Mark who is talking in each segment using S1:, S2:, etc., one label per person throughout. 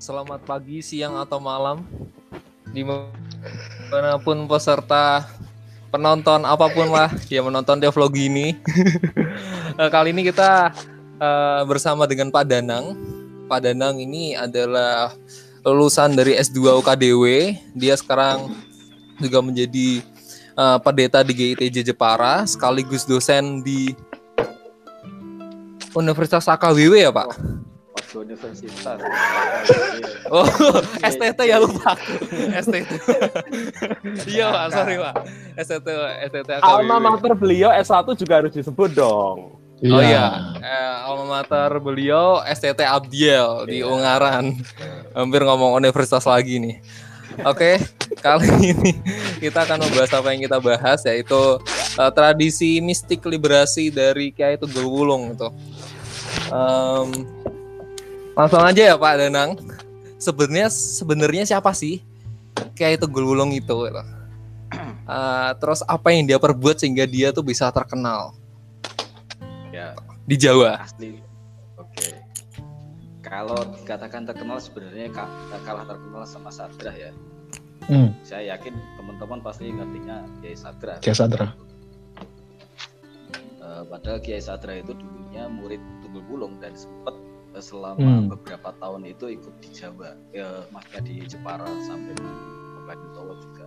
S1: Selamat pagi, siang, atau malam, dimanapun peserta, penonton, apapun lah yang menonton devlog ini. Kali ini kita bersama dengan Pak Danang. Pak Danang ini adalah lulusan dari S2 UKDW. Dia sekarang juga menjadi pendeta di GITJ Jepara, sekaligus dosen di Universitas AKWW ya Pak?
S2: Universitas.
S1: Oh, STT ya lupa. STT. Iya Pak, sorry Pak. STT AKWW.
S3: Alma mater beliau S1 juga harus disebut dong.
S1: Oh iya, alma mater beliau STT Abdiel di Ungaran. Hampir ngomong universitas lagi nih. Oke, kali ini kita akan membahas apa yang kita bahas, yaitu tradisi mistik liberasi dari Kyai Tugul Wulung itu. Langsung aja ya Pak Danang. Sebenarnya siapa sih Kyai Tugul Wulung itu? Terus apa yang dia perbuat sehingga dia tuh bisa terkenal?
S2: Ya,
S1: di Jawa.
S2: Asli. Oke. Kalau dikatakan terkenal sebenarnya kalah terkenal sama Sadrah ya. Saya yakin teman-teman pasti ngertinya Kiai Sadrah.
S4: Kiai Sadrah.
S2: Padahal Kiai Sadrah itu dulunya murid Tugul Wulung dan sempat selama beberapa tahun itu ikut di Jawa, maksudnya di Jepara sampai di Solo juga.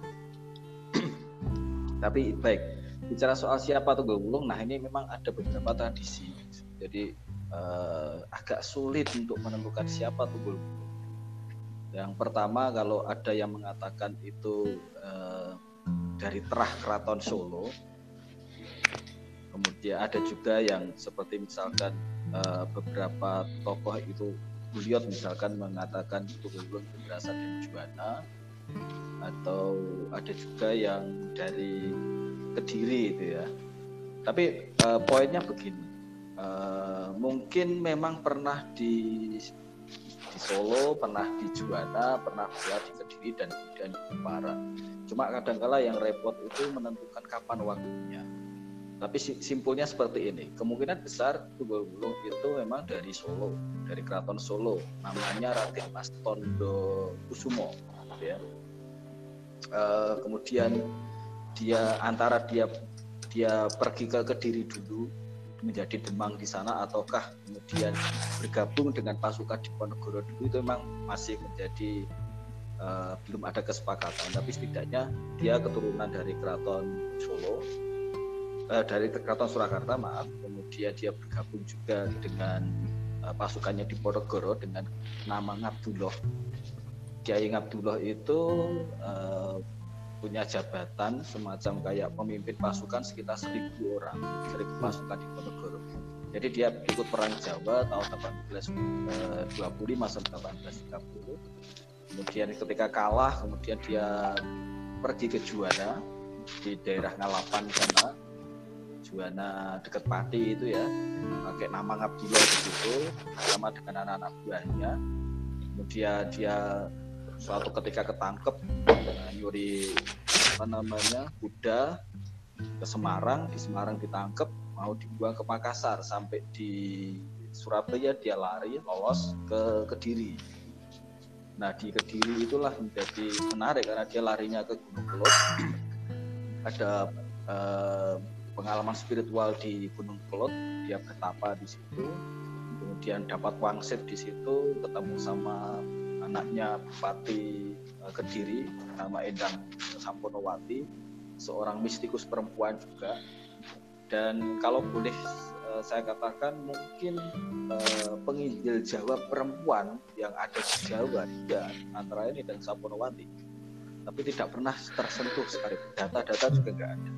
S2: Tapi baik, bicara soal siapa Tugul Wulung, nah ini memang ada beberapa tradisi. Jadi agak sulit untuk menemukan siapa Tugul Wulung. Yang pertama, kalau ada yang mengatakan itu dari terah Keraton Solo. Kemudian ada juga yang seperti misalkan beberapa tokoh itu Buliot misalkan mengatakan Tugul Wulung itu berasal dari Juwana, atau ada juga yang dari Kediri itu ya. Tapi poinnya begini, mungkin memang pernah di Solo, pernah di Juwana, pernah pula di Kediri dan kemudian di Jepara. Cuma kadang-kala yang repot itu menentukan kapan waktunya. Tapi simpulnya seperti ini, kemungkinan besar Tugul Wulung itu memang dari Solo, dari Keraton Solo, namanya Raden Mas Tondo Kusumo, ya. Kemudian dia pergi ke Kediri dulu menjadi demang di sana, ataukah kemudian bergabung dengan pasukan Diponegoro dulu, itu memang masih menjadi belum ada kesepakatan. Tapi setidaknya dia keturunan dari Keraton Solo. Dari Keraton Surakarta, kemudian dia bergabung juga dengan pasukannya di Diponegoro dengan nama Ngabdullah. Kiai Ngabdullah itu punya jabatan semacam kayak pemimpin pasukan sekitar 1.000 orang, 1.000 pasukan di Diponegoro. Jadi dia ikut perang Jawa tahun 1825 sampai 1830. Kemudian ketika kalah, kemudian dia pergi ke Juwana di daerah Ngalapan sana. Juwana dekat Pati itu ya, pakai nama Ngabdullah di situ bersama dengan anak-anak buahnya. Kemudian dia suatu ketika ketangkep nyuri kuda ke Semarang, di Semarang ditangkep mau dibuang ke Makassar, sampai di Surabaya dia lari lolos ke Kediri. Nah di Kediri itulah menjadi menarik karena dia larinya ke Gunung Kelot. Ada pengalaman spiritual di Gunung Kelot, dia bertapa di situ, kemudian dapat wangsit di situ, ketemu sama anaknya Bupati Kediri, nama Endang Samponowati, seorang mistikus perempuan juga. Dan kalau boleh saya katakan mungkin penginjil Jawa perempuan yang ada di Jawa, dia antara ini dan Samponowati, tapi tidak pernah tersentuh sekalipun, data-data juga nggak ada.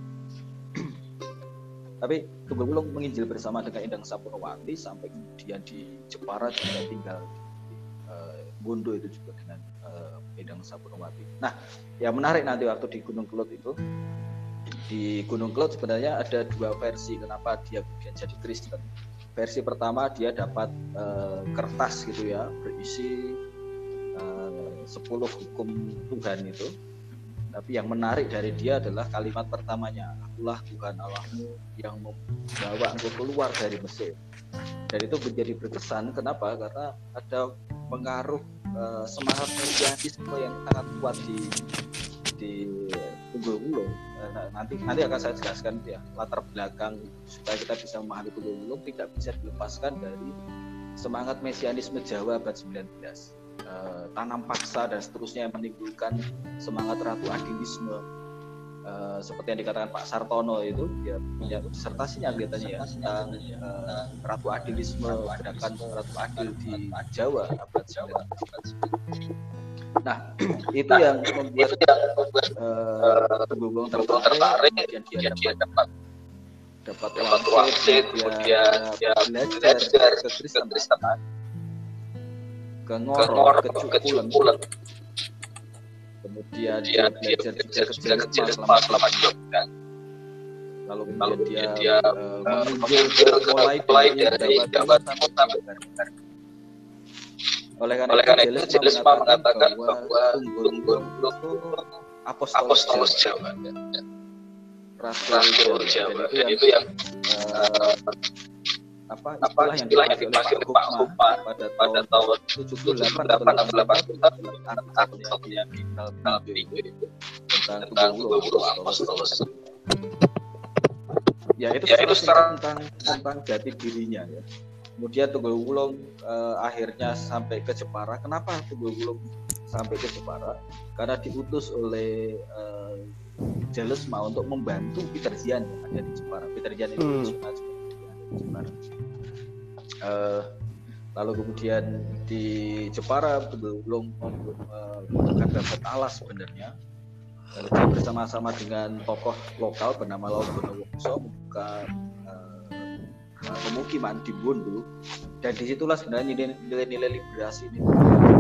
S2: Tapi Tugul Wulung menginjil bersama dengan Endang Samponowati sampai kemudian di Jepara juga tinggal Bondo itu juga dengan Endang Samponowati. Nah, yang menarik nanti waktu di Gunung Kelot itu, di Gunung Kelot sebenarnya ada dua versi kenapa dia kemudian jadi Kristen. Versi pertama dia dapat kertas gitu ya, berisi 10 hukum Tuhan itu. Tapi yang menarik dari dia adalah kalimat pertamanya, akulah Tuhan Allahmu yang membawa engkau keluar dari Mesir. Dan itu menjadi berkesan, kenapa? Karena ada pengaruh semangat mesianisme yang sangat kuat di Tunggul Wulung. Nanti akan saya jelaskan ya latar belakang supaya kita bisa memahami Tunggul Wulung tidak bisa dilepaskan dari semangat mesianisme Jawa abad 19. Tanam paksa dan seterusnya yang menimbulkan semangat ratu adilisme. Seperti yang dikatakan Pak Sartono itu dia punya disertasinya kelihatannya ya tentang ratu adilisme, gerakan ratu adil di Jawa abad 19. Nah, itu yang membuat Tunggul Wulung tertarik, kemudian dia dapat wangsit, kemudian dia belajar ke Kristenan, ke Ngoro, ke Cukulen, kemudian dia belajar juga ke Jelema selama 2 bulan. Lalu kemudian dia mengunjung mulai dari Jawa sampai Banjar. Oleh karena itu Jelema mengatakan bahwa Tunggul Wulung itu apostolos Jawa, rasul Jawa. Dan itu yang istilah yang dipakai oleh Pak Hukma pada tahun 78 atau 80 yang dikenal itu tentang Tunggul Wulung apostolos. Ya itu secara tentang jati dirinya ya. Kemudian Tunggul Wulung akhirnya sampai ke Jepara. Kenapa Tunggul Wulung sampai ke Jepara? Karena diutus oleh Jalesma untuk membantu Peter Zian yang ada di Jepara. Peter Zian itu di Jepara. Lalu kemudian di Jepara Tunggul Wulung akan dapat alas sebenarnya. Lalu dia bersama-sama dengan tokoh lokal bernama Laut Bonowongso membuka pemukiman di Bundu, dan disitulah sebenarnya nilai-nilai liberasi ini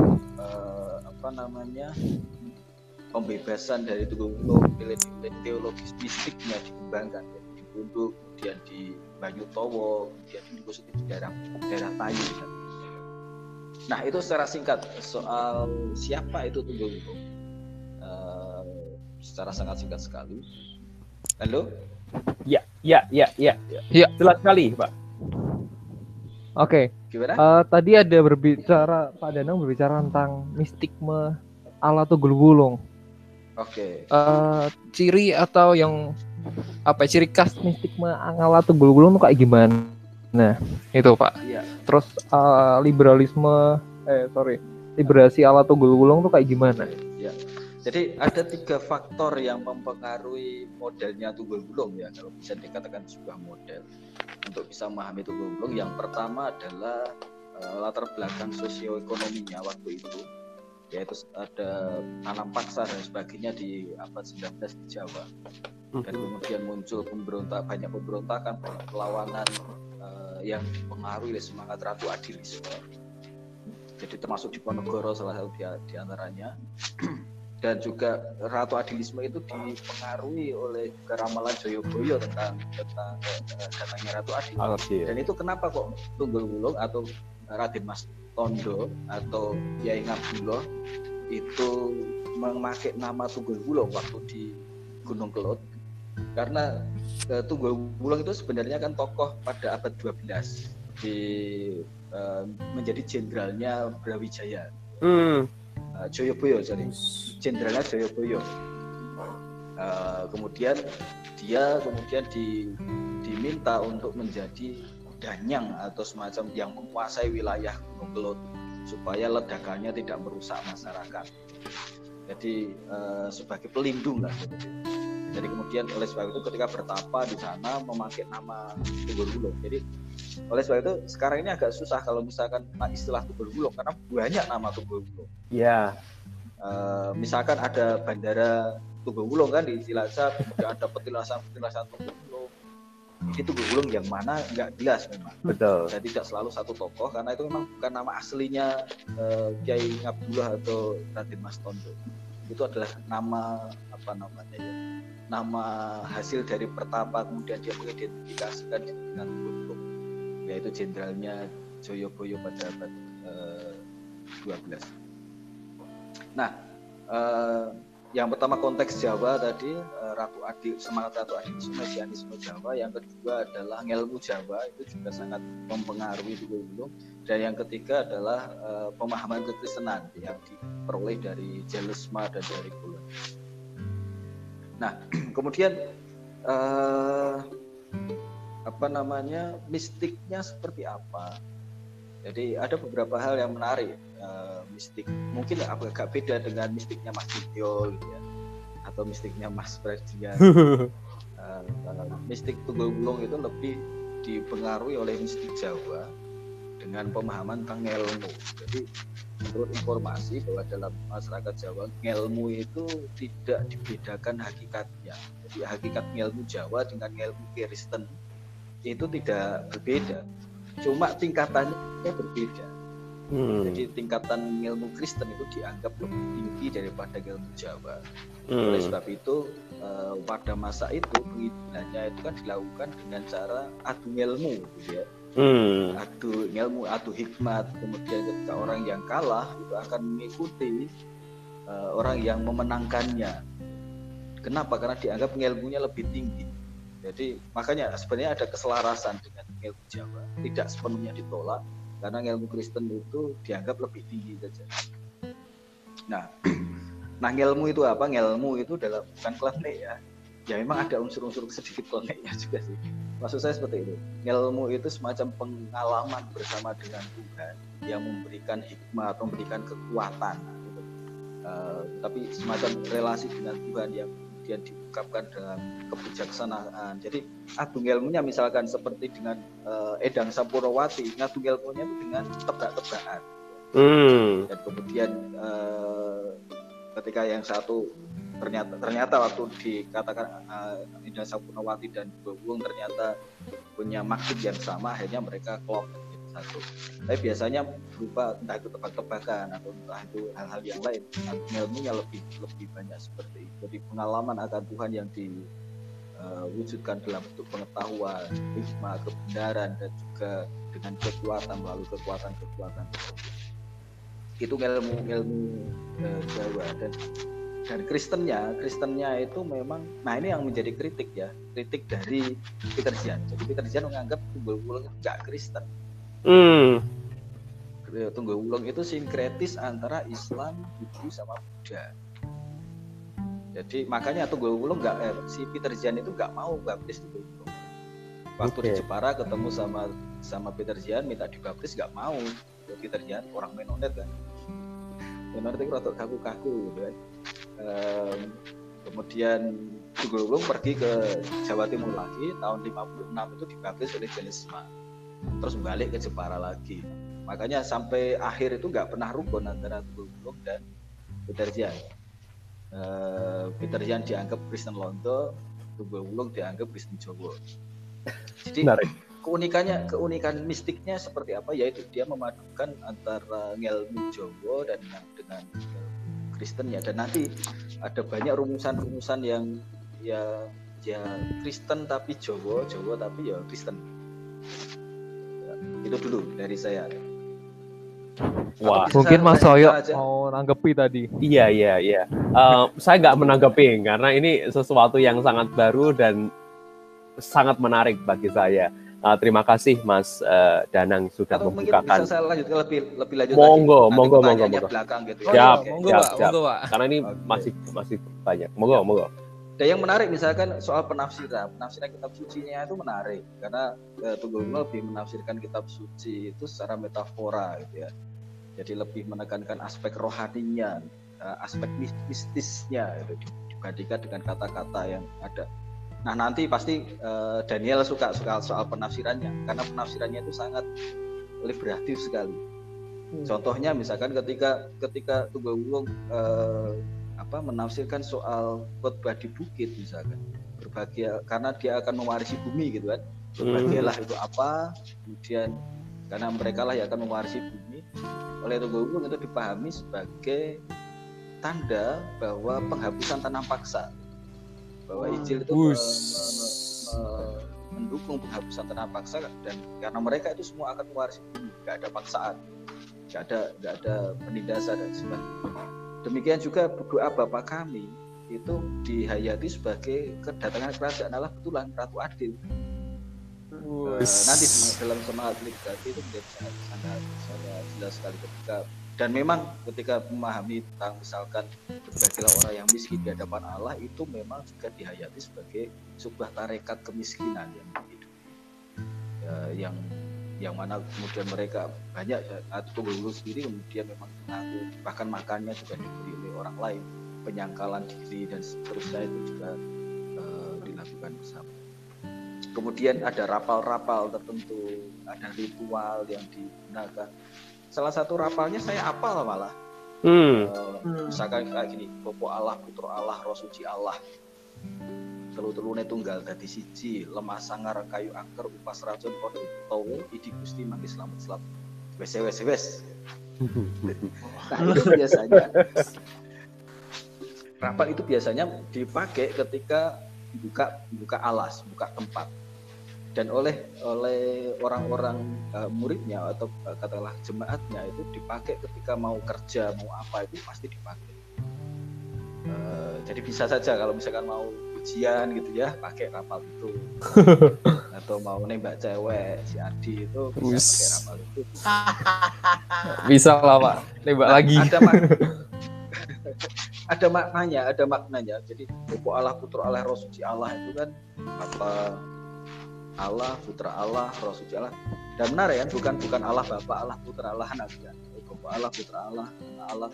S2: pembebasan dari Tunggul Wulung, nilai-nilai teologis mistiknya dikembangkan di Bundu, kemudian di Banyutowo, kemudian di daerah Tayu. Nah itu secara singkat soal siapa itu Tunggul Wulung, secara sangat singkat sekali. Halo?
S3: Ya. Jelas sekali, Pak.
S1: Oke.
S2: Gimana?
S1: Tadi ada Pak Danang berbicara tentang mistikme ala Tunggul Wulung.
S2: Oke.
S1: Ciri atau yang ciri khas mistikme ala Tunggul Wulung itu kayak gimana? Nah, itu Pak.
S2: Iya.
S1: Terus liberasi ala Tunggul Wulung itu kayak gimana?
S2: Ya. Jadi ada 3 faktor yang mempengaruhi modelnya Tunggul Wulung ya, kalau bisa dikatakan sebuah model untuk bisa memahami Tunggul Wulung. Yang pertama adalah latar belakang sosioekonominya waktu itu, yaitu ada tanam paksa dan sebagainya di abad 19 di Jawa. Dan kemudian muncul banyak pemberontakan, banyak perlawanan yang dipengaruhi oleh semangat ratu adilisme. Jadi termasuk di Ponorogo salah satu di antaranya. Dan juga ratu adilisme itu dipengaruhi oleh ramalan Joyoboyo tentang datangnya ratu adil. Dan itu kenapa kok Tunggul Wulung atau Raden Mas Tondo atau Kyai Ngabdullah itu memakai nama Tunggul Wulung waktu di Gunung Kelud? Karena Tunggul Wulung itu sebenarnya kan tokoh pada abad 12 menjadi jenderalnya Brawijaya. Joyoboyo, jenderalnya Joyoboyo. Kemudian dia diminta untuk menjadi danyang atau semacam yang menguasai wilayah Gunung Kelud supaya ledakannya tidak merusak masyarakat. Jadi sebagai pelindung lah. Jadi kemudian oleh sebab itu ketika bertapa di sana memakai nama Tunggul Wulung. Jadi oleh sebab itu sekarang ini agak susah kalau misalkan istilah Tunggul Wulung karena banyak nama Tunggul Wulung.
S3: Iya.
S2: Misalkan ada bandara Tunggul Wulung kan di Cilacap, kemudian ada petilasan Tunggul Wulung. Ini Tunggul Wulung yang mana nggak jelas memang.
S3: Betul.
S2: Dan tidak selalu satu tokoh karena itu memang bukan nama aslinya Kyai Ngabdullah atau Raden Mas Tondo. Itu adalah nama nama hasil dari pertapa kemudian dia mengidentifikasikan dengan Tunggul Wulung, yaitu jenderalnya Joyoboyo pada abad 12. Nah, yang pertama konteks Jawa tadi, Ratu Adik, semangat Ratu Adiksu, Mesianisme Jawa. Yang kedua adalah ngelmu Jawa, itu juga sangat mempengaruhi Tunggal Wulung. Dan yang ketiga adalah pemahaman kekristenan yang diperoleh dari Jelesma dan dari Bulan. Nah, kemudian mistiknya seperti apa? Jadi ada beberapa hal yang menarik. Mistik mungkin agak beda dengan mistiknya Mas Dityo gitu ya, atau mistiknya Mas Fredian. Mistik Tunggal Wulung itu lebih dipengaruhi oleh mistik Jawa dengan pemahaman tentang ngelmu. Jadi menurut informasi bahwa dalam masyarakat Jawa ngelmu itu tidak dibedakan hakikatnya. Jadi hakikat ngelmu Jawa dengan ngelmu Kristen itu tidak berbeda, cuma tingkatannya berbeda. Jadi tingkatan ilmu Kristen itu dianggap lebih tinggi daripada ilmu Jawa. Oleh sebab itu pada masa itu pengibadannya itu kan dilakukan dengan cara adu ilmu, gitu ya. Adu ilmu, adu hikmat. Kemudian ketika orang yang kalah itu akan mengikuti orang yang memenangkannya. Kenapa? Karena dianggap ilmunya lebih tinggi. Jadi makanya sebenarnya ada keselarasan dengan ilmu Jawa, tidak sepenuhnya ditolak. Karena ilmu Kristen itu dianggap lebih tinggi saja. Nah ilmu itu apa? Ilmu itu dalam bukan klenik ya. Ya memang ada unsur-unsur sedikit kleniknya juga sih. Maksud saya seperti itu. Ilmu itu semacam pengalaman bersama dengan Tuhan yang memberikan hikmah atau memberikan kekuatan. Gitu. Tapi semacam relasi dengan Tuhan yang kemudian diungkapkan dengan kebijaksanaan. Jadi adu ilmunya misalkan seperti dengan Edang Sampurnawati, ngadu ilmunya itu dengan tebak-tebakan. Dan kemudian ketika yang satu ternyata waktu dikatakan Edang Sampurnawati dan Tunggal Wulung ternyata punya maksud yang sama, akhirnya mereka klop satu. Tapi biasanya berupa entah itu tebak-tebakan atau entah itu hal-hal yang lain. Ilmunya lebih banyak seperti itu. Jadi pengalaman akan Tuhan yang diwujudkan dalam bentuk pengetahuan, hikmah, kebenaran, dan juga dengan kekuatan melalui kekuatan itu ilmu Jawa. Dan Kristennya itu memang, nah ini yang menjadi kritik dari Peter Zian. Jadi Peter Zian menganggap Tunggal Wulung itu nggak Kristen. Tunggal Wulung itu sinkretis antara Islam, Hindu sama Buddha. Jadi makanya Tunggal Wulung si Peter Zian itu nggak mau baptis Tunggal Wulung. Waktu di Jepara ketemu sama Peter Zian minta dibaptis, nggak mau. Peter Zian orang Menonet kan. Menonet itu rada kaku-kaku gitu kan. Kemudian Tunggal Wulung pergi ke Jawa Timur lagi tahun 56 itu dibaptis oleh Jelesma. Terus balik ke Jepara lagi. Makanya sampai akhir itu nggak pernah rukun antara Tunggal Wulung dan Peter Zian. Peter Zian dianggap Kristen Londo, Tunggal Wulung dianggap Kristen Jawa. Jadi keunikan mistiknya seperti apa? Yaitu dia memadukan antara ilmu Jawa dan dengan Kristennya. Dan nanti ada banyak rumusan-rumusan yang ya Kristen tapi Jawa tapi ya Kristen. Itu dulu dari saya.
S4: Wah, mungkin Mas Soyo mau nanggepi tadi. Iya. Saya nggak menanggepi karena ini sesuatu yang sangat baru dan sangat menarik bagi saya. Terima kasih Mas Danang sudah membukakan.
S2: Bisa saya lanjut lebih lanjut.
S4: Monggo.
S2: Belakang gitu.
S4: Siap. Pak. Karena ini masih banyak. Monggo.
S2: Dan yang menarik misalkan soal penafsiran kitab sucinya itu menarik karena Tunggal Wulung lebih menafsirkan kitab suci itu secara metafora gitu ya. Jadi lebih menekankan aspek rohaninya, aspek mistisnya gitu, dibandingkan dengan kata-kata yang ada. Nah nanti pasti Daniel suka soal penafsirannya karena penafsirannya itu sangat liberatif sekali. Contohnya misalkan ketika Tunggal Wulung menafsirkan soal khotbah di bukit misalkan, berbahagia karena dia akan mewarisi bumi gitu kan, berbahagialah itu apa, kemudian karena mereka lah yang akan mewarisi bumi. Oleh Tunggal Wulung itu dipahami sebagai tanda bahwa penghapusan tanam paksa, bahwa Injil itu mendukung penghapusan tanam paksa, dan karena mereka itu semua akan mewarisi bumi, nggak ada paksaan, nggak ada penindasan dan sebagainya. Demikian juga doa Bapa kami itu dihayati sebagai kedatangan kerajaan Allah betulan Ratu Adil. Nanti dalam semangat liberasi itu menjadi sangat jelas sekali dan memang ketika memahami tentang misalkan berbagilah orang yang miskin di hadapan Allah itu memang juga dihayati sebagai sebuah tarekat kemiskinan yang hidup yang mana kemudian mereka banyak atau Tunggul sendiri kemudian memang mengaku bahkan makannya juga diberi oleh orang lain, penyangkalan diri dan seterusnya itu juga dilakukan bersama. Kemudian ada rapal-rapal tertentu, ada ritual yang digunakan. Salah satu rapalnya saya apal malah. Misalkan kayak gini, Bopo Allah, Putra Allah, Roh Suci Allah. Telu-telune tunggal dadi siji, lemah sangar kayu angker upas racun padha utawa idi Gusti mangke slamet-slamet. Wes. Nah, itu biasanya rapal itu biasanya dipakai ketika buka alas, buka tempat. Dan oleh orang-orang muridnya atau katakanlah jemaatnya itu dipakai ketika mau kerja, mau apa itu pasti dipakai. Jadi bisa saja kalau misalkan mau ujian gitu ya pakai rapal itu atau mau nembak cewek si Adi itu bisa pakai rapal itu
S1: bisa lah Pak nembak lagi
S2: ada maknanya jadi Bopo Allah Putra Allah Roh Suci Allah itu kan apa Allah Putra Allah Roh Suci Allah dan benar ya bukan Allah Bapa Allah Putra Allah Anak ya Bopo Allah Putra Allah Allah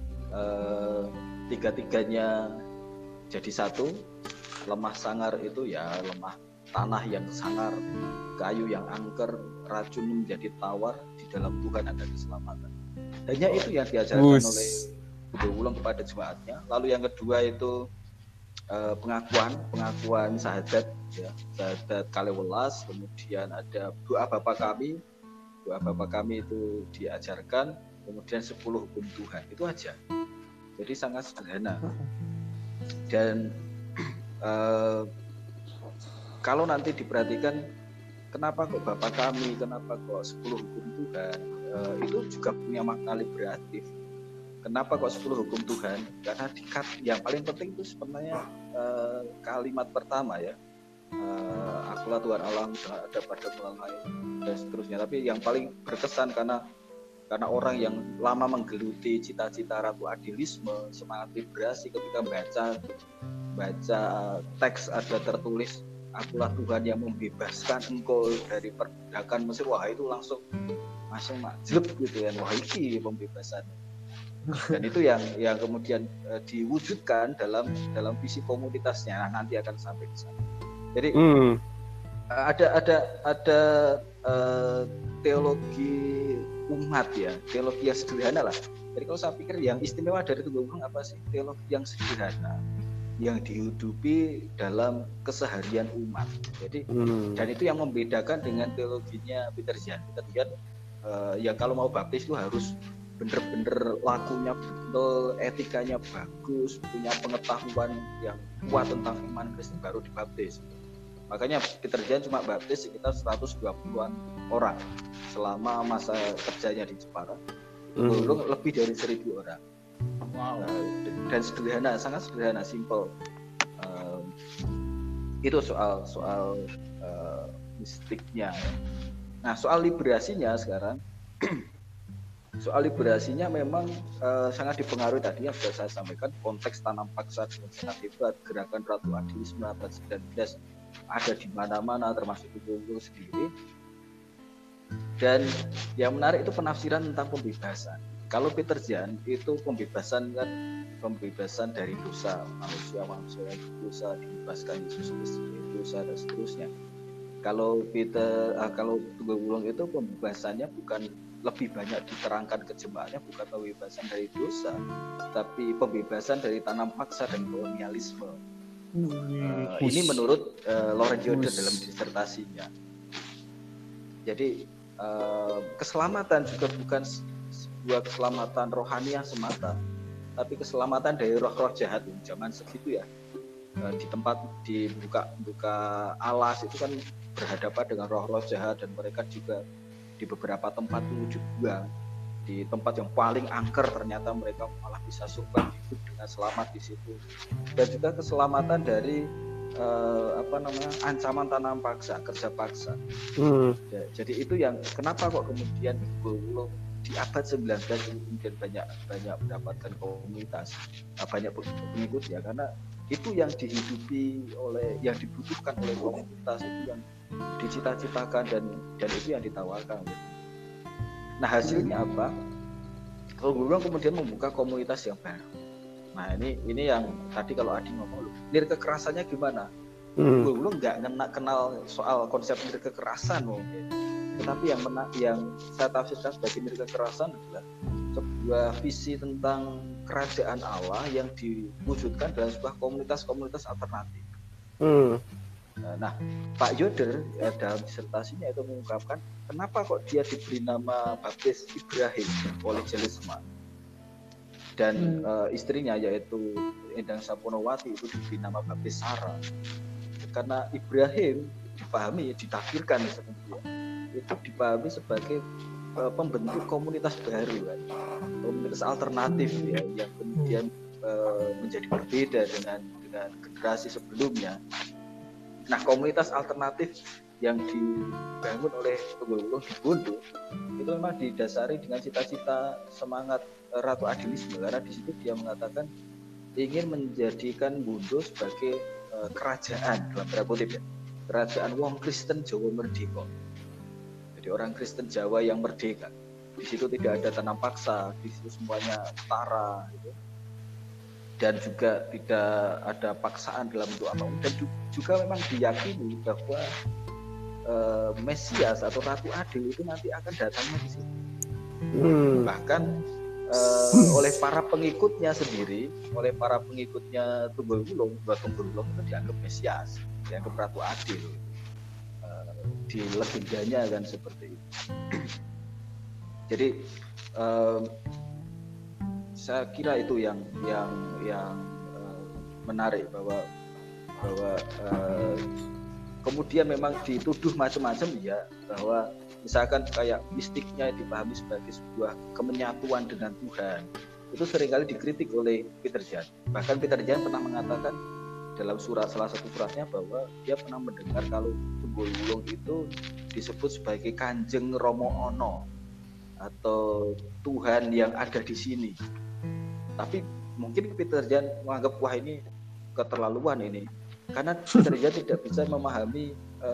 S2: tiga-tiganya jadi satu. Lemah sangar itu ya lemah tanah yang sangar, kayu yang angker, racun menjadi tawar, di dalam Tuhan ada keselamatan. Hanya itu yang diajarkan oleh Budha Wulung kepada jemaatnya. Lalu yang kedua itu pengakuan syahadat ya, syahadat kalewelas, kemudian ada doa Bapa kami. Doa Bapa kami itu diajarkan, kemudian 10 hukum Tuhan. Itu aja. Jadi sangat sederhana. Dan kalau nanti diperhatikan kenapa kok Bapak kami, kenapa kok 10 hukum Tuhan, itu juga punya makna liberatif. Kenapa kok 10 hukum Tuhan? Karena yang paling penting itu sebenarnya kalimat pertama ya, akulah Tuhan Allah ada pada mulai dan seterusnya. Tapi yang paling berkesan karena orang yang lama menggeluti cita-cita Ratu Adilisme, semangat liberasi ketika baca teks ada tertulis akulah Tuhan yang membebaskan engkau dari perbudakan Mesir. Wah itu langsung majleb gitu ya, wah ini pembebasan. Dan itu yang kemudian diwujudkan dalam visi komunitasnya. Nah, nanti akan sampai di sana. Jadi ada teologi umat ya, teologi yang sederhana lah. Jadi kalau saya pikir yang istimewa dari Tunggul Wulung apa sih? Teologi yang sederhana yang dihidupi dalam keseharian umat. Jadi dan itu yang membedakan dengan teologinya Peter Jan. Yang kalau mau baptis itu harus bener-bener lakunya betul, etikanya bagus, punya pengetahuan yang kuat tentang iman Kristen baru dibaptis. Makanya Peter Jan cuma baptis sekitar 120-an orang selama masa kerjanya di Jepara. Tunggul Wulung lebih dari 1.000 orang. Wow. Dan sederhana, sangat sederhana, simple. Itu soal mistiknya. Nah, soal liberasinya sekarang, soal liberasinya memang sangat dipengaruhi tadi yang sudah saya sampaikan, konteks tanam paksa dengan sangat hebat, gerakan Ratu Adilisme abad 19 ada di mana-mana, termasuk di Tunggul sendiri. Dan yang menarik itu penafsiran tentang pembebasan. Kalau Peter Jan itu pembebasan dari dosa, manusia yang dosa dibebaskan Yesus Kristus dari dosa dan seterusnya. Kalau Tunggul Wulung itu pembebasannya bukan lebih banyak diterangkan ke jemaatnya, bukan pembebasan dari dosa, tapi pembebasan dari tanam paksa dan kolonialisme. Ini menurut Loren Jordan dalam disertasinya. Jadi keselamatan juga bukan sebuah keselamatan rohaniah semata, tapi keselamatan dari roh-roh jahat zaman segitu ya. Di tempat dibuka alas itu kan berhadapan dengan roh-roh jahat dan mereka juga di beberapa tempat itu dibuang. di tempat yang paling angker, ternyata mereka malah bisa survive hidup dengan selamat di situ. Dan juga keselamatan dari ancaman tanam paksa, kerja paksa. Jadi itu yang kenapa kok kemudian Wulung di abad 19 kemudian banyak mendapatkan komunitas, banyak pengikut ya, karena itu yang dihidupi oleh, yang dibutuhkan oleh komunitas, itu yang dicita-citakan dan itu yang ditawarkan. Nah hasilnya apa? Wulung kemudian membuka komunitas yang baru. Nah ini yang tadi kalau Adi ngomong, nir kekerasannya gimana? Wulung nggak kenal soal konsep nir kekerasan mungkin. Tetapi yang saya tafsirkan sebagai nir kekerasan adalah sebuah visi tentang kerajaan Allah yang diwujudkan dalam sebuah komunitas-komunitas alternatif. Nah, Pak Yoder dalam disertasinya itu mengungkapkan kenapa kok dia diberi nama baptis Ibrahim oleh Jelesma dan istrinya yaitu Endang Saponowati itu diberi nama baptis Sarah, karena Ibrahim ditafsirkan sebenarnya itu dipahami sebagai pembentuk komunitas baru kan, komunitas alternatif ya, yang kemudian menjadi berbeda dengan generasi sebelumnya. Nah, komunitas alternatif yang dibangun oleh Wulung di Bondo itu memang didasari dengan cita-cita semangat Ratu Adilisme, karena di situ dia mengatakan ingin menjadikan Bondo sebagai kerajaan dalam tanda kutip ya, kerajaan wong Kristen Jawa merdeka. Jadi orang Kristen Jawa yang merdeka. Di situ tidak ada tanam paksa, di situ semuanya setara gitu. Dan juga tidak ada paksaan dalam bentuk apapun, dan juga memang diyakini bahwa Mesias atau Ratu Adil itu nanti akan datangnya di situ. Bahkan oleh para pengikutnya sendiri, oleh para pengikutnya Tunggul Wulung itu dianggap Mesias, dianggap Ratu Adil. Di legendanya kan seperti itu. Jadi saya kira itu yang menarik bahwa kemudian memang dituduh macam-macam ya, bahwa misalkan kayak mistiknya dipahami sebagai sebuah kemenyatuan dengan Tuhan, itu seringkali dikritik oleh Peter Jan. Bahkan Peter Jan pernah mengatakan dalam salah satu suratnya bahwa dia pernah mendengar kalau Tunggul Wulung itu disebut sebagai Kanjeng Romo Ono atau Tuhan yang ada di sini. Tapi mungkin Peter Jan menganggap wah ini keterlaluan ini, karena Peter Jan tidak bisa memahami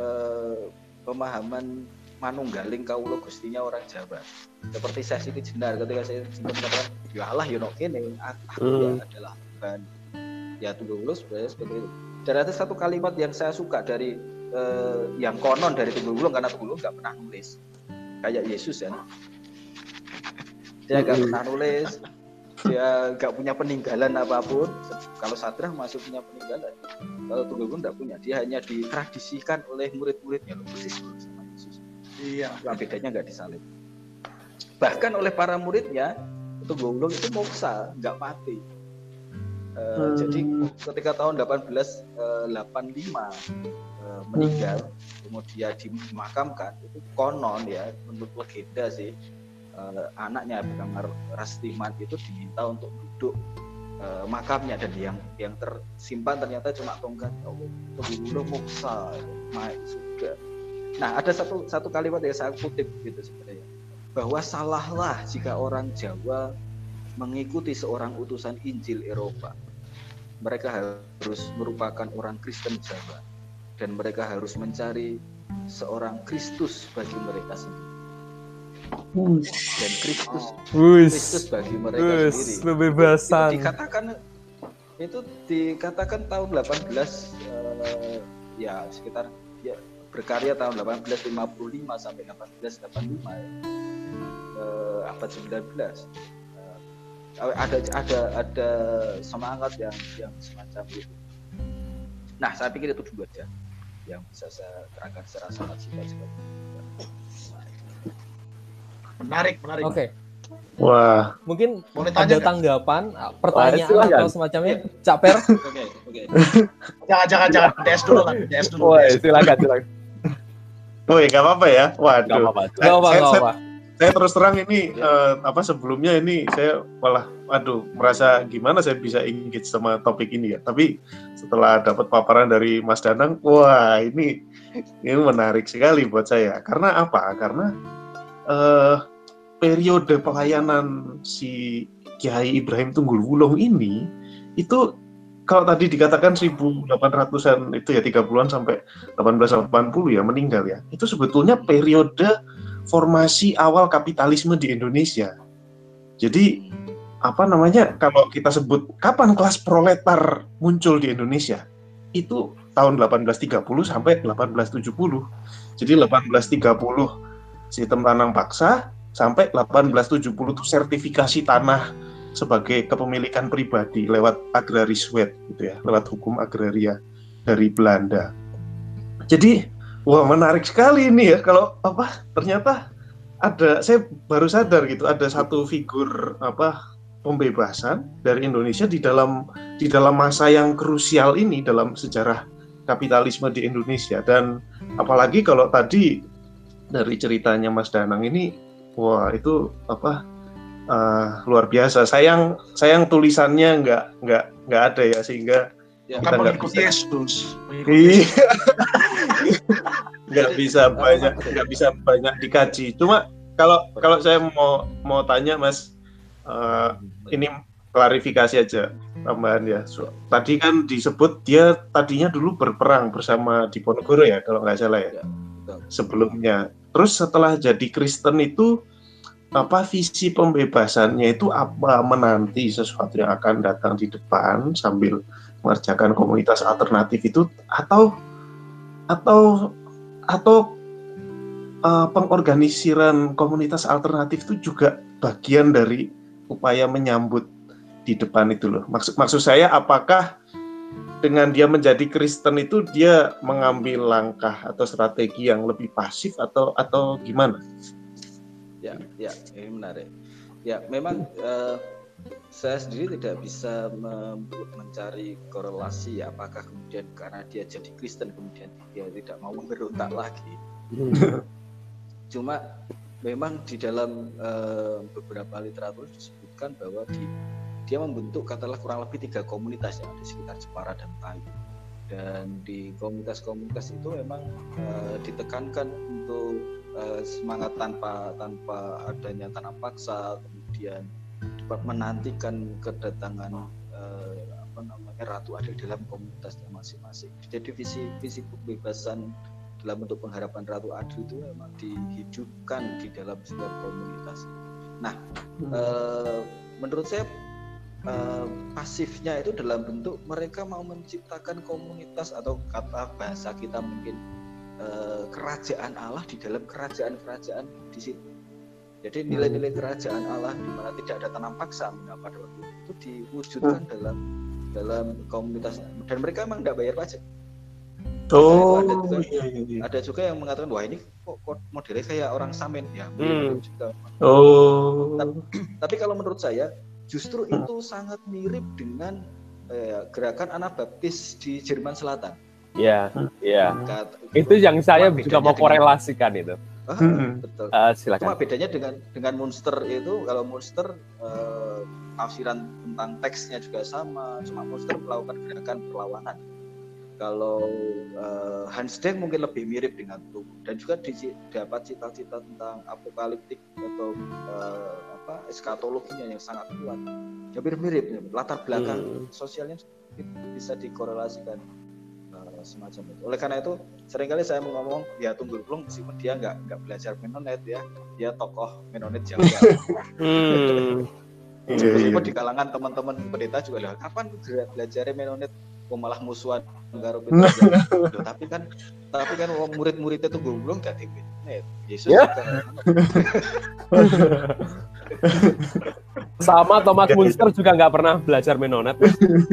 S2: pemahaman manunggaling kawula gustinya orang Jawa. Seperti saya Siti Jenar ketika saya mengatakan ya Allah ya nok kene aku adalah Tuhan. Ya Tunggul Wulung seperti itu. Dan ada satu kalimat yang saya suka dari yang konon dari Tunggul Wulung, karena Tunggul Wulung nggak pernah nulis kayak Yesus ya. Dia nggak pernah nulis, dia nggak punya peninggalan apapun. Kalau Sadrah masuk punya peninggalan, kalau Tunggul Wulung nggak punya. Dia hanya ditradisikan oleh murid-muridnya, persis sama Yesus. Iya. Yang bedanya nggak disalib. Bahkan oleh para muridnya, Tunggul Wulung itu moksa, nggak mati. Jadi ketika tahun 1885 meninggal, kemudian dimakamkan, itu konon ya, menurut legenda sih, anaknya Abdul Rastiman itu diminta untuk duduk makamnya, dan yang tersimpan ternyata cuma tongkat Tunggul Wulung moksa naik surga. Nah, ada satu kalimat yang saya kutip gitu sebenarnya, bahwa salahlah jika orang Jawa mengikuti seorang utusan Injil Eropa. Mereka harus merupakan orang Kristen Jawa, dan mereka harus mencari seorang Kristus bagi mereka sendiri. Dan Kristus bagi mereka sendiri. Kebebasan. Itu dikatakan tahun 18 ya sekitar ya, berkarya tahun 1855 sampai 1885 ya. Abad 19. Ada semangat yang semacam itu. Nah, saya pikir itu dua aja yang bisa saya terangkan secara sangat singkat.
S5: Menarik.
S1: Oke.
S5: Wah.
S1: Mungkin ada tanggapan, pertanyaan atau semacamnya, Cak Per?
S5: Oke. Jangan. DS dulu lah.
S3: Woi, silakan.
S5: Woi, nggak apa-apa ya. Waduh.
S1: Nggak apa-apa.
S6: saya terus terang ini sebelumnya ini saya malah merasa gimana saya bisa engage sama topik ini ya. Tapi setelah dapat paparan dari Mas Danang, wah ini menarik sekali buat saya. Karena apa? Karena periode pelayanan si Kiai Ibrahim Tunggul Wulung ini itu kalau tadi dikatakan 1800-an itu ya 30-an sampai 1880 ya meninggal ya. Itu sebetulnya periode formasi awal kapitalisme di Indonesia. Jadi kalau kita sebut kapan kelas proletar muncul di Indonesia? Itu tahun 1830 sampai 1870. Jadi 1830 sistem tanam paksa sampai 1870 itu sertifikasi tanah sebagai kepemilikan pribadi lewat agrariswet gitu ya, lewat hukum agraria dari Belanda. Jadi, wah menarik sekali ini ya kalau ternyata saya baru sadar gitu ada satu figur pembebasan dari Indonesia di dalam masa yang krusial ini dalam sejarah kapitalisme di Indonesia. Dan apalagi kalau tadi dari ceritanya Mas Danang ini, wah itu luar biasa. Sayang tulisannya nggak ada ya sehingga kita nggak bisa
S5: Yesus.
S6: nggak bisa banyak dikaji. Cuma kalau saya mau tanya Mas, ini klarifikasi aja tambahan ya. Tadi kan disebut dia tadinya dulu berperang bersama Diponegoro ya kalau nggak salah ya sebelumnya. Terus setelah jadi Kristen itu visi pembebasannya itu apa, menanti sesuatu yang akan datang di depan sambil mengerjakan komunitas alternatif itu atau pengorganisiran komunitas alternatif itu juga bagian dari upaya menyambut di depan itu loh. Maksud saya apakah dengan dia menjadi Kristen itu dia mengambil langkah atau strategi yang lebih pasif atau gimana?
S2: Ya, ini menarik. Ya, memang saya sendiri tidak bisa mencari korelasi ya, apakah kemudian karena dia jadi Kristen kemudian dia tidak mau memberontak lagi. Cuma memang di dalam beberapa literatur disebutkan bahwa dia membentuk katakanlah kurang lebih 3 komunitas yang ada di sekitar Jepara dan Tayu. Dan di komunitas-komunitas itu memang ditekankan untuk semangat tanpa adanya tanam paksa, kemudian menantikan kedatangan Ratu Adil dalam komunitasnya masing-masing. Jadi visi pembebasan dalam bentuk pengharapan Ratu Adil itu memang dihidupkan di dalam setiap komunitas. Nah, menurut saya pasifnya itu dalam bentuk mereka mau menciptakan komunitas atau kata bahasa kita mungkin kerajaan Allah di dalam kerajaan-kerajaan di situ. Jadi nilai-nilai kerajaan Allah di mana tidak ada tanam paksa pada waktu itu diwujudkan dalam komunitas, dan mereka memang tidak bayar pajak. Ada juga yang mengatakan wah ini kok modelnya kayak orang Samin ya. Juga. Tapi kalau menurut saya justru itu sangat mirip dengan gerakan Anabaptis di Jerman Selatan.
S4: Ya. Itu yang saya juga mau korelasikan itu.
S2: Betul.
S4: Silakan.
S2: Cuma bedanya dengan Munster itu, kalau Munster tafsiran tentang teksnya juga sama, cuma Munster melakukan gerakan perlawanan. Kalau Hans Denk mungkin lebih mirip dengan itu, dan juga dapat cita-cita tentang apokaliptik atau eskatologinya yang sangat kuat. Hampir mirip, latar belakang sosialnya bisa dikorelasikan. Semacam itu. Oleh karena itu seringkali saya ngomong ya Tunggul Wulung meskipun dia nggak belajar Mennonite ya, dia tokoh Mennonite Jawa. Meskipun di kalangan teman-teman pendeta juga lah, kapan belajar Mennonite malah musuhan karo Petrus. Tapi kan murid-muridnya Tunggul Wulung gak Mennonite. Yesus juga.
S4: Sama Thomas Munster juga nggak pernah belajar Mennonite.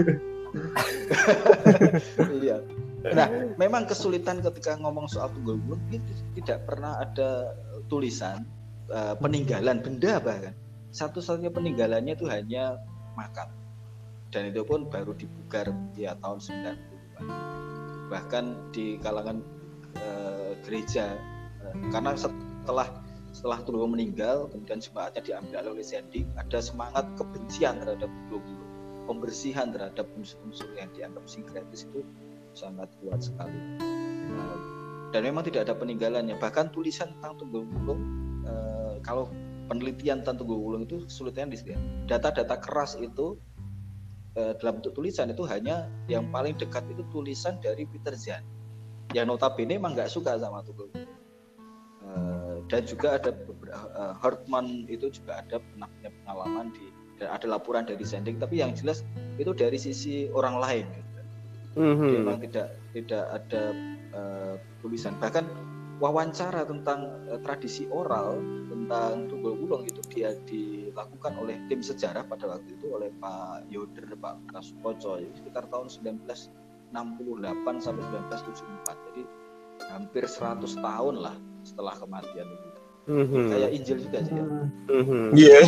S2: Iya. Nah, memang kesulitan ketika ngomong soal Tunggul Wulung tidak pernah ada tulisan peninggalan benda, bahkan satu-satunya peninggalannya itu hanya makam, dan itu pun baru dibugar ya tahun 90-an. Bahkan di kalangan gereja, karena setelah setelah Tunggal meninggal, kemudian jemaatnya diambil oleh Sending, ada semangat kebencian terhadap Tunggal, pembersihan terhadap unsur-unsur yang dianggap sinkretis itu sangat kuat sekali. Dan memang tidak ada peninggalannya. Bahkan tulisan tentang Tunggul Wulung, kalau penelitian tentang Tunggul Wulung itu sulitnya di sini. Data-data keras itu dalam bentuk tulisan itu hanya yang paling dekat itu tulisan dari Peter Zahn, yang notabene emang nggak suka sama Tunggul Wulung. Dan juga ada Hartmann itu juga ada pernah punya pengalaman dan ada laporan dari Sending, tapi yang jelas itu dari sisi orang lain gitu. Memang tidak ada tulisan. Bahkan wawancara tentang tradisi oral tentang Tunggul Wulung itu dia dilakukan oleh tim sejarah pada waktu itu oleh Pak Yoder, Pak Kasukoco, sekitar tahun 1968 sampai 1974. Jadi hampir 100 tahun lah setelah kematian itu. Kayak Injil juga sih.
S6: Iya.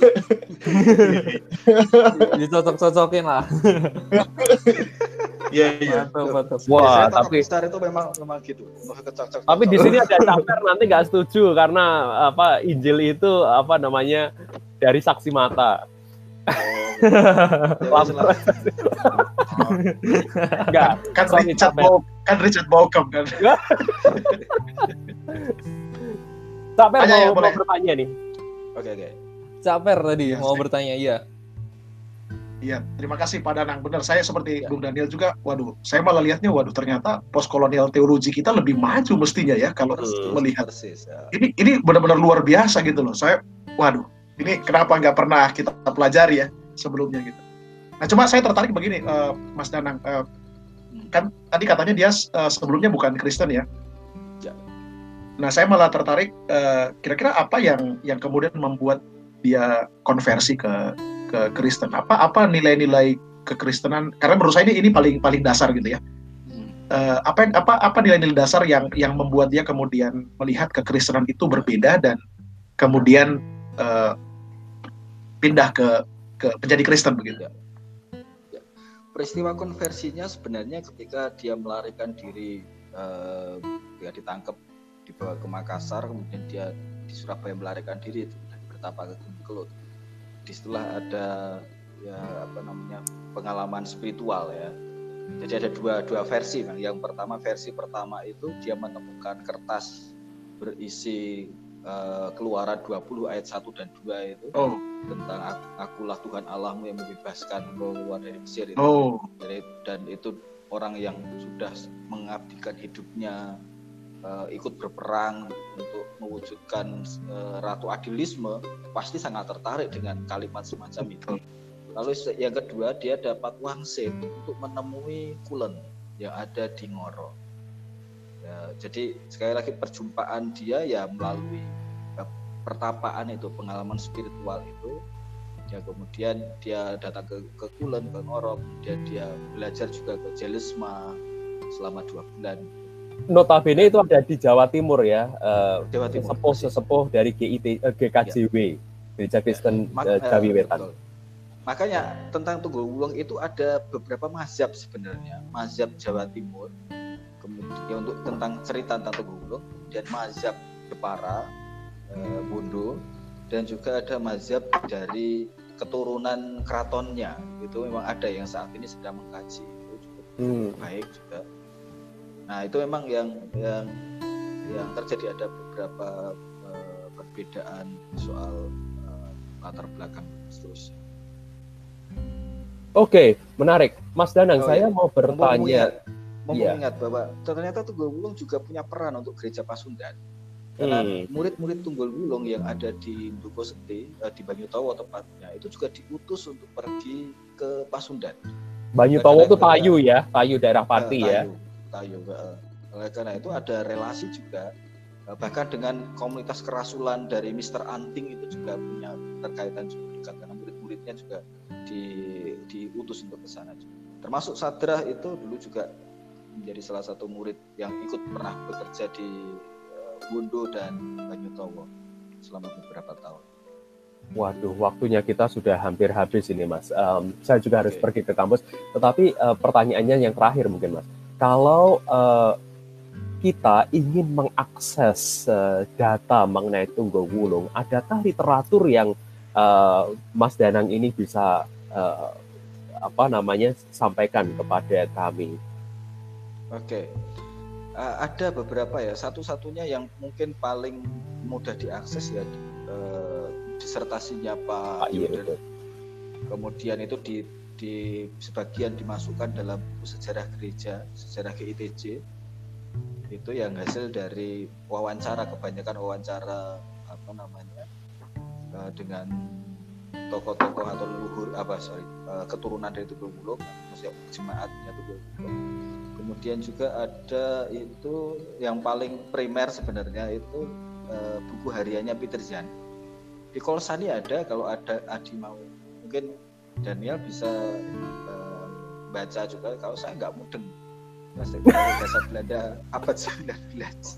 S1: Dicocok-cocokin lah.
S6: Iya.
S4: Wah, tapi
S2: besar itu memang gitu.
S4: Tapi di sini ada Caper nanti nggak setuju karena Injil itu dari saksi mata.
S6: Enggak, kan Richard Bauckham kan.
S4: Caper mau bertanya nih.
S2: Oke.
S1: Caper tadi mau bertanya, iya.
S5: Iya, terima kasih Pak Danang. Benar, saya seperti Bung Daniel juga. Waduh, saya malah lihatnya, ternyata postkolonial teologi kita lebih maju mestinya ya kalau melihat. Ini benar-benar luar biasa gitu loh. Ini kenapa nggak pernah kita pelajari ya sebelumnya gitu. Nah, cuma saya tertarik begini, Mas Danang. Kan tadi katanya dia sebelumnya bukan Kristen ya. Nah, saya malah tertarik. Kira-kira apa yang kemudian membuat dia konversi ke Kristen? Apa nilai-nilai kekristenan? Karena menurut saya ini paling dasar gitu ya. Apa nilai-nilai dasar yang membuat dia kemudian melihat kekristenan itu berbeda dan kemudian pindah ke menjadi Kristen begitu?
S2: Peristiwa konversinya sebenarnya ketika dia melarikan diri, dia ditangkap, dibawa ke Makassar, kemudian dia di Surabaya melarikan diri itu bertapa ke Gunung Kelut. Disitulah ada pengalaman spiritual ya. Jadi ada dua versi. Yang versi pertama itu dia menemukan kertas berisi Keluaran 20 ayat 1 dan 2 itu tentang akulah Tuhan Allahmu yang membebaskan keluar dari Mesir itu. Dan itu orang yang sudah mengabdikan hidupnya, ikut berperang untuk mewujudkan ratu adilisme, pasti sangat tertarik dengan kalimat semacam itu. Lalu yang kedua, dia dapat wangsit untuk menemui Kulen yang ada di Ngoro. Ya, jadi sekali lagi perjumpaan dia ya melalui pertapaan itu, pengalaman spiritual itu. Ya, kemudian dia datang ke Kulen, ke Ngoro, kemudian dia belajar juga ke Jelisma selama 2 bulan.
S4: Notabene itu ada di Jawa Timur ya,
S2: Jawa Timur,
S4: sesepuh dari GKJW, Gereja Kristen Jawi Wetan.
S2: Makanya tentang Tunggul Wulung itu ada beberapa mazhab sebenarnya, mazhab Jawa Timur, kemudian untuk tentang cerita tentang Tunggul Wulung, kemudian mazhab Jepara, Bondo, dan juga ada mazhab dari keturunan keratonnya. Itu memang ada yang saat ini sedang mengkaji, itu cukup baik juga. Nah, itu memang yang terjadi, ada beberapa perbedaan soal latar belakang seterusnya.
S4: Oke, menarik. Mas Danang, saya mau bertanya.
S2: Mengingat bahwa ternyata Tunggul Wulung juga punya peran untuk Gereja Pasundan. Karena murid-murid Tunggul Wulung yang ada di Ndukoseti, di Banyutowo tepatnya, itu juga diutus untuk pergi ke Pasundan.
S4: Banyutowo itu Payu ya, Payu daerah Pati ya.
S2: Oleh karena itu ada relasi juga, bahkan dengan komunitas kerasulan dari Mr. Anting itu juga punya terkaitan juga dekat, karena murid-muridnya juga diutus untuk ke sana juga. Termasuk Sadrah itu dulu juga menjadi salah satu murid yang ikut pernah bekerja di Bondo dan Banyutowo selama beberapa tahun.
S4: Waduh, waktunya kita sudah hampir habis ini, Mas. Saya juga harus pergi ke kampus. Tetapi pertanyaannya yang terakhir mungkin, Mas. Kalau kita ingin mengakses data mengenai Tunggul-Wulung, adakah literatur yang Mas Danang ini bisa sampaikan kepada kami?
S2: Oke. Ada beberapa ya. Satu-satunya yang mungkin paling mudah diakses ya disertasinya Pak Yudan. Kemudian itu di sebagian dimasukkan dalam buku sejarah gereja, sejarah GITJ. Itu yang hasil dari wawancara, kebanyakan wawancara dengan tokoh-tokoh atau leluhur keturunan dari Tunggul-Wulung, maksudnya jemaatnya Tunggul-Wulung. Kemudian juga ada itu yang paling primer sebenarnya itu buku hariannya Peter Jan. Di Kolsani ada, kalau ada Adi mau mungkin Daniel bisa baca juga, kalau saya nggak mudeng bahasa Belanda abad 19.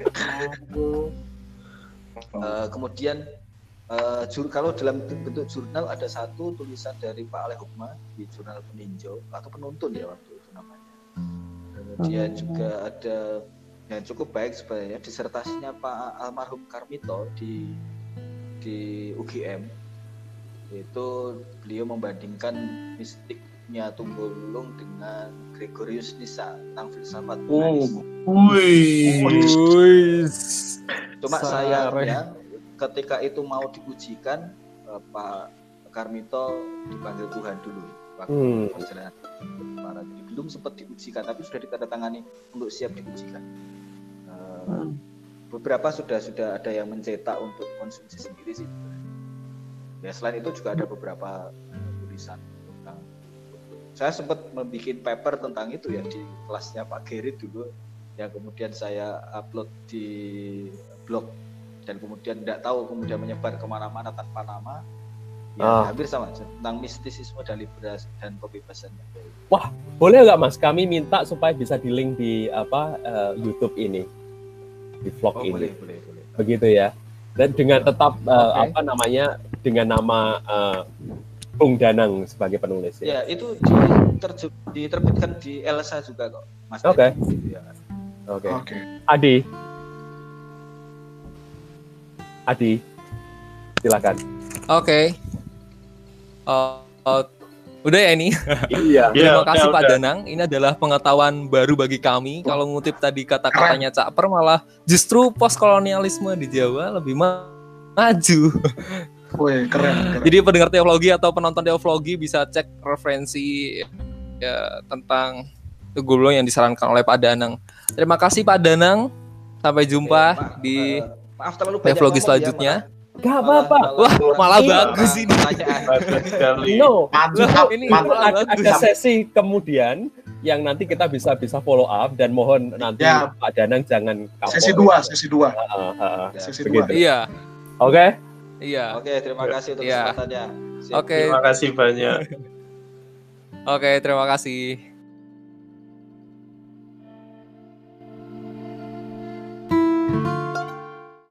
S2: Kemudian kalau dalam bentuk jurnal ada satu tulisan dari Pak Ale Hukma di jurnal Peninjau atau Penuntun ya waktu itu namanya. Kemudian juga ada yang cukup baik sebenarnya disertasinya Pak almarhum Karmito di UGM. Itu beliau membandingkan mistiknya Tunggul-Wulung dengan Gregorius Nyssa tentang filsafat humanis. Cuma sayangnya ketika itu mau diujikan, Pak Karmito dipanggil Tuhan dulu waktu perjalanan para, jadi belum sempat diujikan, tapi sudah ditandatangani untuk siap diujikan. Beberapa sudah ada yang mencetak untuk konsumsi sendiri sih. Ya selain itu juga ada beberapa tulisan tentang. Saya sempat membuat paper tentang itu ya di kelasnya Pak Gerit dulu, yang kemudian saya upload di blog dan kemudian tidak tahu kemudian menyebar kemana-mana tanpa nama. Ya hampir sama tentang mistisisme dan liberasi dan kebebasan.
S4: Wah, boleh nggak Mas? Kami minta supaya bisa di link di YouTube ini, di vlog ini. Boleh. Begitu ya. Dan dengan tetap dengan nama Bung Danang sebagai penulis
S2: ya. Ya, itu diterbitkan di Elsa juga kok, Mas.
S4: Oke. Adi, silakan.
S1: Oke. Udah ya ini.
S4: Iya.
S1: Terima kasih Pak Danang. Ini adalah pengetahuan baru bagi kami. Kalau ngutip tadi kata-katanya Cak Per, malah justru postkolonialisme di Jawa lebih maju.
S5: Wih, keren.
S1: Jadi pendengar teologi atau penonton teologi bisa cek referensi ya, tentang Tunggul-Wulung yang disarankan oleh Pak Danang. Terima kasih Pak Danang. Sampai jumpa di teologi selanjutnya.
S4: Gak apa-apa.
S1: Wah, malah bagus ini.
S4: Ini ada sesi kemudian yang nanti kita bisa follow up, dan mohon nanti Pak Danang jangan kapok.
S5: Sesi 2.
S1: Iya.
S4: Oke.
S1: Iya.
S2: Oke, terima kasih untuk kesempatannya.
S1: Oke.
S6: Terima kasih banyak.
S1: Oke, terima kasih.